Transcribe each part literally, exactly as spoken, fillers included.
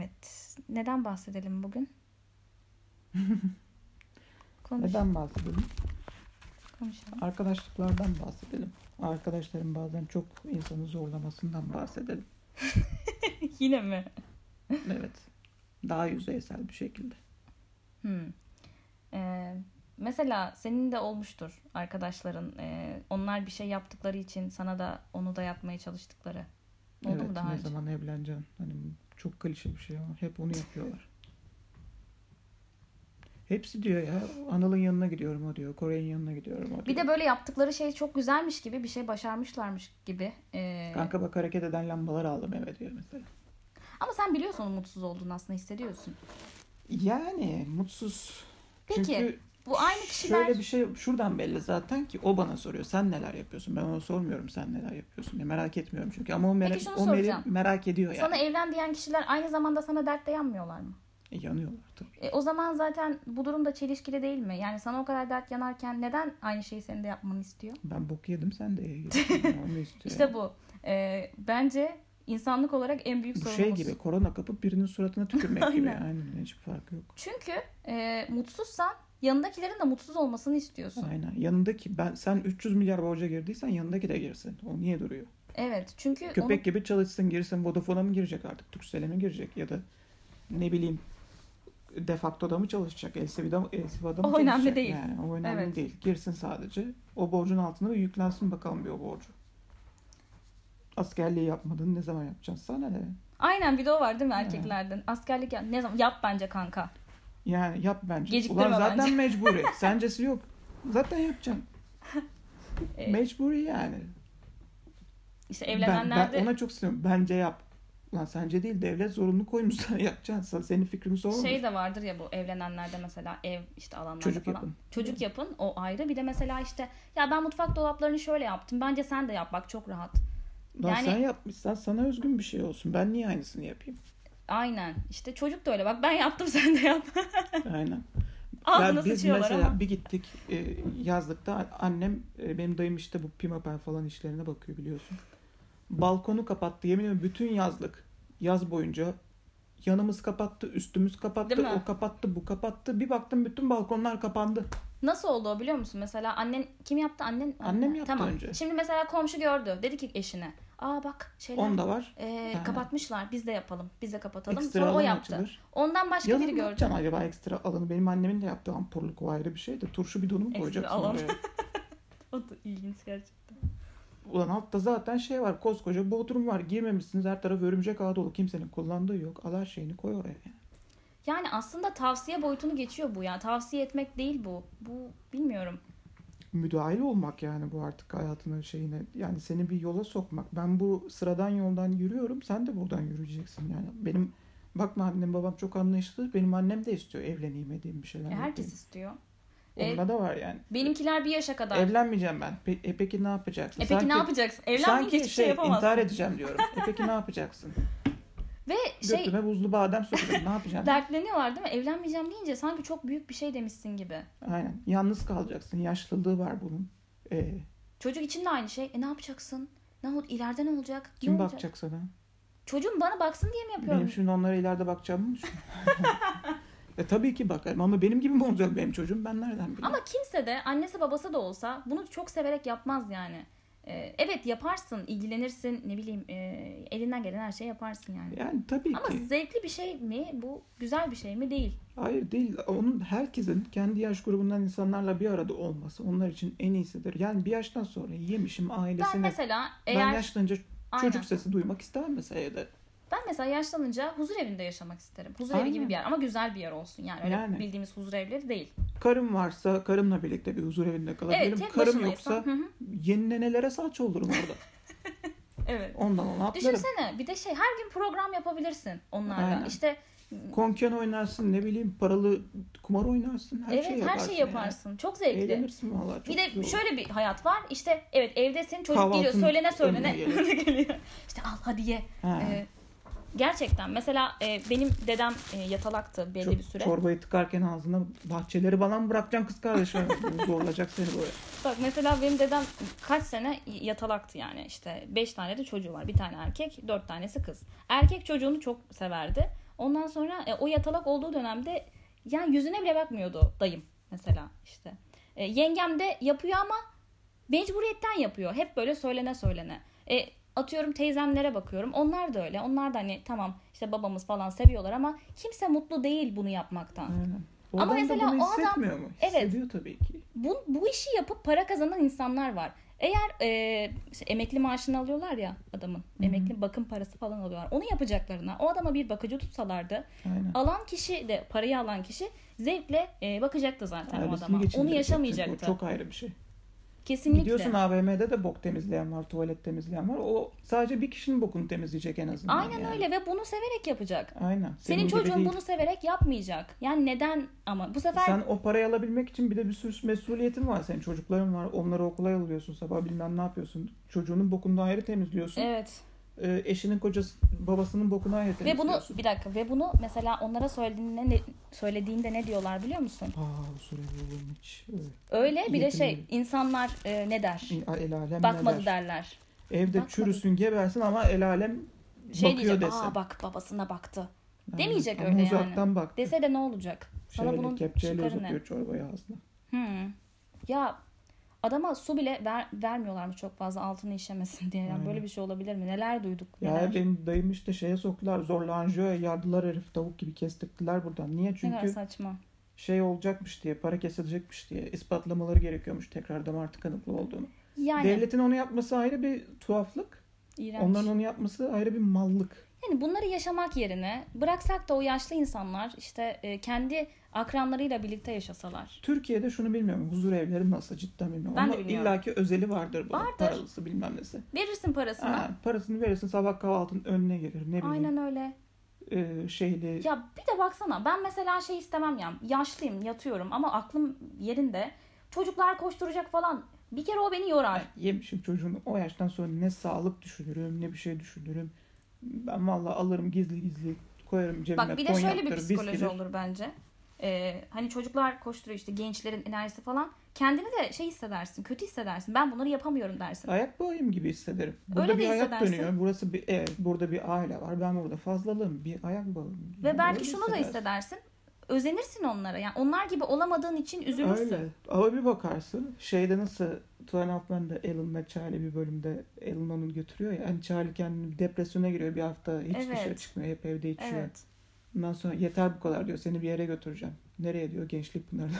Evet. Neden bahsedelim bugün? Konuş. Neden bahsedelim? Konuşalım. Arkadaşlıklardan bahsedelim. Arkadaşların bazen çok insanı zorlamasından bahsedelim. Yine mi? Evet. Daha yüzeysel bir şekilde. Hmm. Ee, mesela senin de olmuştur arkadaşların. E, onlar bir şey yaptıkları için sana da onu da yapmaya çalıştıkları. Oldu evet, mu daha ne önce? zaman evleneceksin? Hani çok klişe bir şey ama hep onu yapıyorlar. Hepsi diyor ya, Anıl'ın yanına gidiyorum o diyor, Kore'nin yanına gidiyorum o diyor. Bir de böyle yaptıkları şey çok güzelmiş gibi, bir şey başarmışlarmış gibi. Ee... Kanka bak, hareket eden lambalar aldım eve diyor mesela. Ama sen biliyorsun onun mutsuz olduğunu, aslında hissediyorsun. Yani mutsuz. Peki Çünkü bu aynı kişiler... Şöyle bir şey şuradan belli zaten ki o bana soruyor. Sen neler yapıyorsun? Ben ona sormuyorum sen neler yapıyorsun diye. Merak etmiyorum çünkü. Ama o, merak, o merak, merak ediyor yani. Sana evlen diyen kişiler aynı zamanda sana dertte yanmıyorlar mı? E, yanıyorlar tabii. E, o zaman zaten bu durumda çelişkili değil mi? Yani sana o kadar dert yanarken neden aynı şeyi senin de yapmanı istiyor? Ben bok yedim, sen de ye. Onu istiyor. İşte yani. Bu. E, bence insanlık olarak en büyük bu sorunumuz. Bu şey gibi, korona kapıp birinin suratına tükürmek gibi. Aynen. Hiç farkı yok. Çünkü e, mutsuzsan yanındakilerin de mutsuz olmasını istiyorsun. Aynen. Yanındaki, ben sen üç yüz milyar borca girdiysen yanındaki de girsin. O niye duruyor? Evet. Çünkü köpek onu... gibi çalışsın, girsin, Vodafone'a mı girecek artık? Turkcell'e mi girecek? Ya da ne bileyim Defakto'da mı çalışacak? Elsiva'da mı, Elsiva'da mı o çalışacak? önemli değil. Yani o önemli evet. değil. Girsin sadece. O borcun altına bir yüklensin bakalım bir o borcu. Askerliği yapmadın, ne zaman yapacaksın? Sana ne? Aynen, video var değil mi erkeklerden? Evet. Askerlik yap, ne zaman? Yap bence kanka. Yani yap bence. Geciktirme Ulan zaten bence. mecburi. Sencesi yok. Zaten yapacaksın. evet. Mecburi yani. İşte evlenenlerde... Ben, ben ona çok seviyorum. Bence yap. Lan sence değil, devlet zorunlu koymuş sana, yapacaksın. Senin fikrin sorulmuş. Şey de vardır ya, bu evlenenlerde mesela ev işte alanlarda Çocuk falan. Yapın. Çocuk yapın, o ayrı. Bir de mesela işte ya ben mutfak dolaplarını şöyle yaptım. Bence sen de yap bak, çok rahat. Lan yani... sen yapmışsan sana özgün bir şey olsun. Ben niye aynısını yapayım? Aynen. İşte çocuk da öyle. Bak ben yaptım, sen de yap. Aynen. Ağzına biz sıçıyorlar mesela ama. bir gittik e, yazlıkta, annem e, benim dayım işte bu pimapen falan işlerine bakıyor biliyorsun. Balkonu kapattı, yemin ederim bütün yazlık. Yaz boyunca yanımız kapattı, üstümüz kapattı, o kapattı, bu kapattı. Bir baktım bütün balkonlar kapandı. Nasıl oldu o biliyor musun? Mesela annen kim yaptı? Annen. Annem yaptı tamam. önce. Şimdi mesela komşu gördü. Dedi ki eşine. Aa bak şeyler. Onda var. E, kapatmışlar. Biz de yapalım. Biz de kapatalım. Ekstra sonra o yaptı. Açılır. Ondan başka Yazın biri gördü. Yapacaksın acaba ekstra alanı? Benim annemin de yaptığı ampurluk o ayrı bir şey de. Turşu bidonu mu koyacaksın oraya? O da ilginç gerçekten. Ulan altta zaten şey var, koskoca bodrum var, girmemişsiniz, her taraf örümcek ağı dolu, kimsenin kullandığı yok, al her şeyini koy oraya. Yani. yani aslında tavsiye boyutunu geçiyor bu ya, tavsiye etmek değil bu, bu bilmiyorum. Müdahil olmak yani bu artık hayatına şeyine, yani seni bir yola sokmak. Ben bu sıradan yoldan yürüyorum, sen de buradan yürüyeceksin yani. Benim bakma, annem babam çok anlayışlı, benim annem de istiyor evleneyim edeyim bir şeyler. E, herkes yapayım. istiyor. Onda e, da var yani. Benimkiler bir yaşa kadar. Evlenmeyeceğim ben. Pe- e peki ne yapacaksın? E peki sanki, ne yapacaksın? Evlenmeyince hiçbir şey, şey yapamazsın. İntihar edeceğim diyorum. E peki ne yapacaksın? Ve şey, götüme buzlu badem sokuyorum. Ne yapacağım? Dertleniyorlar değil mi? Evlenmeyeceğim deyince sanki çok büyük bir şey demişsin gibi. Aynen. Yalnız kalacaksın. Yaşlılığı var bunun. Ee, Çocuk için de aynı şey. E ne yapacaksın? Ne oldu? İleride ne olacak? Kim ne bakacak olacak? sana? Çocuğum bana baksın diye mi yapıyorum? Benim şimdi onlara ileride bakacağımı mı düşünüyorsun? E tabii ki bakarım ama benim gibi mi olacak benim çocuğum? Ben nereden bileyim? Ama kimse de, annesi babası da olsa bunu çok severek yapmaz yani. Ee, evet yaparsın, ilgilenirsin, ne bileyim e, elinden gelen her şeyi yaparsın yani. Yani tabii ama ki. Ama zevkli bir şey mi? Bu güzel bir şey mi? Değil. Hayır değil. Onun herkesin kendi yaş grubundan insanlarla bir arada olması onlar için en iyisidir. Yani bir yaştan sonra yemişim ailesine. Ben mesela eğer... Ben yaşlanınca çocuk Aynen. sesi duymak istemem mesela ya da. Ben mesela yaşlanınca huzur evinde yaşamak isterim. Huzur Aynen. evi gibi bir yer ama güzel bir yer olsun. Yani öyle yani. bildiğimiz huzur evleri değil. Karım varsa karımla birlikte bir huzur evinde kalabilirim. Evet, karım yoksa hı hı. yeni nenelere salça olurum orada. evet. Ondan ona atlarım. Düşünsene bir de şey, her gün program yapabilirsin onlarla. Aynen. İşte konken oynarsın, ne bileyim paralı kumar oynarsın, her evet, şey yaparsın. her şey yaparsın. Yani. Çok zevkli. Eğlenirsin vallahi. Çok bir de zor. Şöyle bir hayat var. İşte evet evdesin, çocuk Kahvaltın geliyor söylene söylene geliyor. İşte al hadi ye. Ee, gerçekten mesela e, benim dedem e, yatalaktı belli Çok, bir süre. Çorbayı tıkarken ağzına bahçeleri bana mı bırakacaksın kız kardeşim? Zorlayacak seni böyle. Bak mesela benim dedem kaç sene yatalaktı yani, işte beş tane de çocuğu var. Bir tane erkek, dört tanesi kız. Erkek çocuğunu çok severdi. Ondan sonra e, o yatalak olduğu dönemde yani yüzüne bile bakmıyordu dayım mesela işte. E, yengem de yapıyor ama mecburiyetten yapıyor. Hep böyle söylene söylene. E, atıyorum teyzemlere bakıyorum. Onlar da öyle. Onlar da hani tamam işte babamız falan seviyorlar ama kimse mutlu değil bunu yapmaktan. Aynen. O Ama adam mesela da bunu o adam hissetmiyor mu? evet, Hissediyor tabii ki. Bu, bu işi yapıp para kazanan insanlar var. Eğer e, işte emekli maaşını alıyorlar ya adamın. Hı-hı. Emekli bakım parası falan alıyorlar. Onu yapacaklarına o adama bir bakıcı tutsalardı. Aynen. Alan kişi de parayı alan kişi zevkle e, bakacaktı zaten Ailesini o adama. Onu yaşamayacaktı. O çok ayrı bir şey. Kesinlikle. Gidiyorsun A V M'de de bok temizleyen var, tuvalet temizleyen var. O sadece bir kişinin bokunu temizleyecek en azından. Aynen yani. Öyle ve bunu severek yapacak. Aynen. Senin, Senin çocuğun bunu severek yapmayacak. Yani neden ama bu sefer... Sen o parayı alabilmek için bir de bir sürü mesuliyetin var. Senin çocukların var. Onları okula yolluyorsun. Sabah bilmem ne yapıyorsun. Çocuğunun bokunu ayrı temizliyorsun. Evet. Ee, eşinin kocası, babasının bokunu ayrı temizliyorsun. Ve bunu bir dakika ve bunu mesela onlara söylediğinde ne, söylediğinde ne diyorlar biliyor musun? Aa, süreli olur hiç. Evet. Öyle bir de şey insanlar e, ne der? El alem bakmadı ne der? derler. Evde bakmadı. Çürüsün gebersin ama el alem şey bakıyor diyecek, desin. Aa bak babasına baktı. Yani, demeyecek ama öyle uzaktan yani. Baktı. Dese de ne olacak? Sana Şöyle bunun kepçeyle çıkarı uzatıyor ne? çorbayı ağzına. Hmm. Ya adama su bile ver, vermiyorlarmış çok fazla altını işemesin diye. Yani böyle bir şey olabilir mi? Neler duyduk? Neler? Ya benim dayım işte şeye soktular. Zorla anjiyoya yardılar herif. Tavuk gibi kestirdiler buradan. Niye? Çünkü ne kadar saçma. Şey olacakmış diye, para kesilecekmiş diye ispatlamaları gerekiyormuş tekrar damar tıkanıklı olduğunu. Yani, Devletin onu yapması ayrı bir tuhaflık. İğrenç. Onların onu yapması ayrı bir mallık. Yani bunları yaşamak yerine bıraksak da o yaşlı insanlar işte e, kendi akranlarıyla birlikte yaşasalar. Türkiye'de şunu bilmiyorum. Huzur evleri nasıl cidden bilmiyorum. Ben Ama de bilmiyorum. illaki özeli vardır bunun. Vardır. Paralısı bilmem nesi. Verirsin parasını. Ha, parasını verirsin sabah kahvaltının önüne gelir. Ne bileyim. Aynen öyle. E, şeyli. Ya bir de baksana ben mesela şey istemem yani yaşlıyım yatıyorum ama aklım yerinde. Çocuklar koşturacak falan. Bir kere o beni yorar. Ben yemişim çocuğunu. O yaştan sonra ne sağlık düşünürüm ne bir şey düşünürüm. Ben vallahi alırım gizli gizli koyarım cebime. Bak bir de şöyle bir psikoloji viskidir. olur bence. Ee, hani çocuklar koşturuyor işte gençlerin enerjisi falan. Kendini de şey hissedersin, kötü hissedersin. Ben bunları yapamıyorum dersin. Ayak bağıyım gibi hissederim. Burada Öyle bir de hayat hissedersin. dönüyor. Burası bir ev, burada bir aile var. Ben burada fazlalığım. Bir ayak bağım. Ve belki Öyle şunu da hissedersin. hissedersin. Özenirsin onlara. Yani onlar gibi olamadığın için üzülürsün. Öyle. Ama bir bakarsın. Şeyde nasıl Two and a Half Men'de Alan ve Charlie bir bölümde Alan onu götürüyor ya. Hani Charlie kendini depresyona giriyor. Bir hafta hiç Evet. dışarı çıkmıyor. Hep evde içiyor. Evet. Ondan sonra yeter bu kadar diyor. Seni bir yere götüreceğim. Nereye diyor? Gençlik Pınarı'na.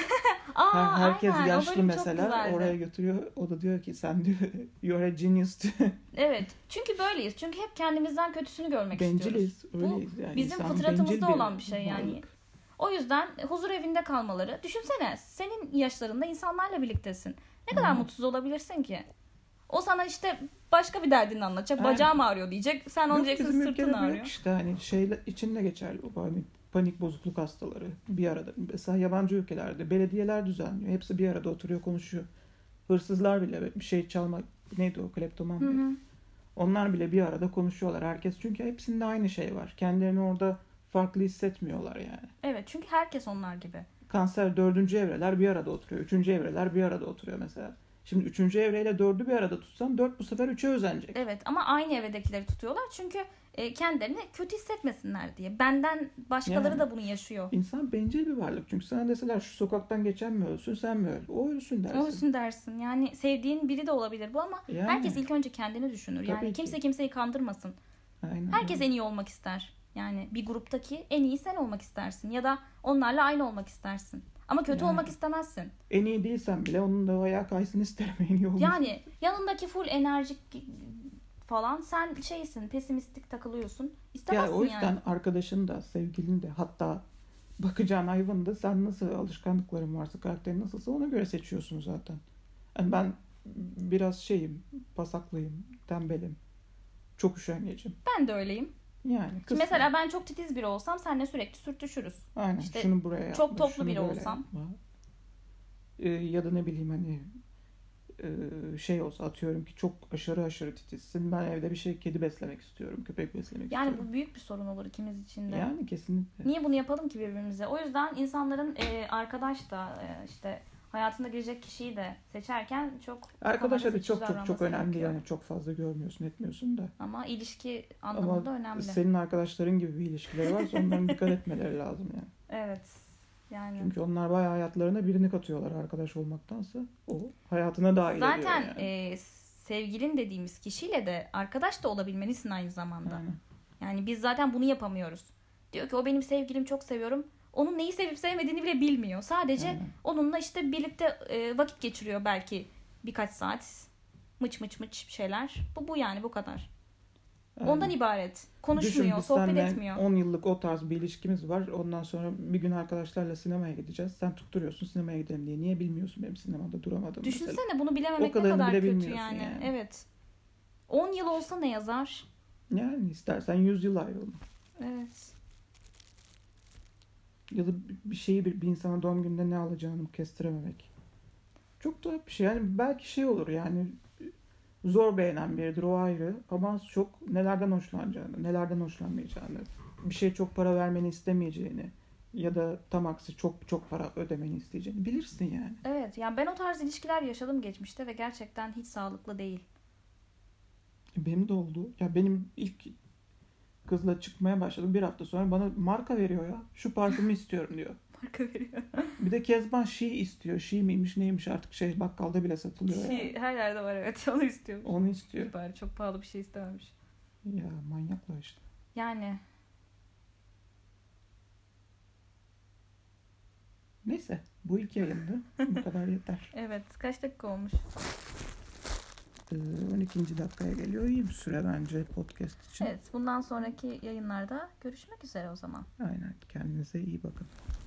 Aa, Herkes aynen. yaşlı mesela oraya götürüyor. O da diyor ki sen diyor you're a genius diyor. Evet. Çünkü böyleyiz. Çünkü hep kendimizden kötüsünü görmek Benciliz, istiyoruz. öyleyiz yani. Bizim İnsan fıtratımızda bencil olan bir şey yani. varlık. O yüzden huzur evinde kalmaları. Düşünsene senin yaşlarında insanlarla birliktesin. Ne kadar Hmm. mutsuz olabilirsin ki? O sana işte başka bir derdini anlatacak. Aynen. Bacağım ağrıyor diyecek. Sen onu Yok, diyeceksin bizim sırtın ülkede bu ağrıyor. yok işte hani şey içinde geçerli bu panik, panik bozukluk hastaları bir arada. Mesela yabancı ülkelerde belediyeler düzenliyor. Hepsi bir arada oturuyor konuşuyor. Hırsızlar bile bir şey çalmak neydi o kleptoman Hı mı? hı. Onlar bile bir arada konuşuyorlar. Herkes çünkü hepsinde aynı şey var. Kendilerini orada farklı hissetmiyorlar yani. Evet çünkü herkes onlar gibi. Kanser dördüncü evreler bir arada oturuyor. Üçüncü evreler bir arada oturuyor mesela. Şimdi üçüncü evreyle dördü bir arada tutsan dört bu sefer üçe özenecek. Evet ama aynı evdekileri tutuyorlar çünkü e, kendilerini kötü hissetmesinler diye. Benden başkaları Yani. da bunu yaşıyor. İnsan bencil bir varlık. Çünkü sana deseler şu sokaktan geçen mi ölsün sen mi öl? O ölsün dersin. O ölsün dersin. Yani sevdiğin biri de olabilir bu ama Yani. herkes ilk önce kendini düşünür. Tabii Yani ki. kimse kimseyi kandırmasın. Aynen. Herkes en iyi olmak ister. Yani bir gruptaki en iyi sen olmak istersin. Ya da onlarla aynı olmak istersin. Ama kötü Yani. olmak istemezsin. En iyi değilsen bile onun da ayağa kaysın isterim en iyi olmasın. Yani yanındaki full enerjik falan sen şeysin pesimistlik takılıyorsun. İstemezsin Ya o yüzden yani. arkadaşın da sevgilin de hatta bakacağın hayvan da sen nasıl alışkanlıkların varsa karakterin nasılsa ona göre seçiyorsun zaten. Yani ben biraz şeyim pasaklıyım tembelim çok üşengecim. Ben de öyleyim. Yani Şimdi kısmen. mesela ben çok titiz biri olsam seninle sürekli sürtüşürüz. Aynen işte şunu buraya yapma, çok toplu şunu biri böyle olsam. yapma. Ee, ya da ne bileyim hani e, şey olsa atıyorum ki çok aşırı aşırı titizsin. Ben evde bir şey kedi beslemek istiyorum, köpek beslemek Yani istiyorum. bu büyük bir sorun olur ikimiz için de. Yani kesinlikle. Niye bunu yapalım ki birbirimize? O yüzden insanların e, arkadaş da e, işte hayatına girecek kişiyi de seçerken çok Arkadaş kafada tabii çok seçici çok çok davranması önemli gerekiyor. yani çok fazla görmüyorsun etmiyorsun da. Ama ilişki anlamında Ama önemli. senin arkadaşların gibi bir ilişkileri varsa onların dikkat etmeleri lazım yani. Evet. Yani. Çünkü onlar bayağı hayatlarına birini katıyorlar arkadaş olmaktansa. O hayatına dahil ediyor Zaten yani. e, sevgilin dediğimiz kişiyle de arkadaş da olabilmelisin aynı zamanda. Aynen. Yani biz zaten bunu yapamıyoruz. Diyor ki o benim sevgilim, çok seviyorum. Onun neyi sevip sevmediğini bile bilmiyor. Sadece Aynen. onunla işte birlikte e, vakit geçiriyor belki birkaç saat. Mıç mıç mıç bir şeyler. Bu bu yani bu kadar. Aynen. Ondan ibaret. Konuşmuyor, Düşün, biz sohbet seninle etmiyor. on yıllık o tarz bir ilişkimiz var. Ondan sonra bir gün arkadaşlarla sinemaya gideceğiz. Sen tutturuyorsun sinemaya gidelim diye. Niye bilmiyorsun benim sinemada duramadığımı Düşünsene mesela. bunu bilememek O kadarını ne kadar bile kötü bilmiyorsun yani. yani. Evet. on yıl olsa ne yazar? Yani istersen yüz yıl ayrılma. Evet. Ya da bir şeyi bir, bir insana doğum gününde ne alacağını kestirememek. Çok tuhaf bir şey. Yani belki şey olur yani zor beğenen biridir o ayrı. Ama çok nelerden hoşlanacağını, nelerden hoşlanmayacağını, bir şeye çok para vermeni istemeyeceğini ya da tam aksi çok çok para ödemeni isteyeceğini bilirsin yani. Evet. Yani ben o tarz ilişkiler yaşadım geçmişte ve gerçekten hiç sağlıklı değil. Benim de oldu. Ya benim ilk kızla çıkmaya başladım. Bir hafta sonra bana marka veriyor ya. Şu parfümü istiyorum diyor. Marka veriyor. Bir de Kezban Şi istiyor. Şi miymiş neymiş artık şey bakkalda bile satılıyor ya. Şey, her yerde var evet. Onu istiyorum. Onu istiyor. Süper. Çok pahalı bir şey istememiş. Ya manyaklar işte. Yani. Neyse bu ilk yayındı. Bu kadar yeter. Evet. Kaç dakika olmuş? Ee, on ikinci dakikaya geliyor. İyi bir süre bence podcast için. Evet. Bundan sonraki yayınlarda görüşmek üzere o zaman. Aynen. Kendinize iyi bakın.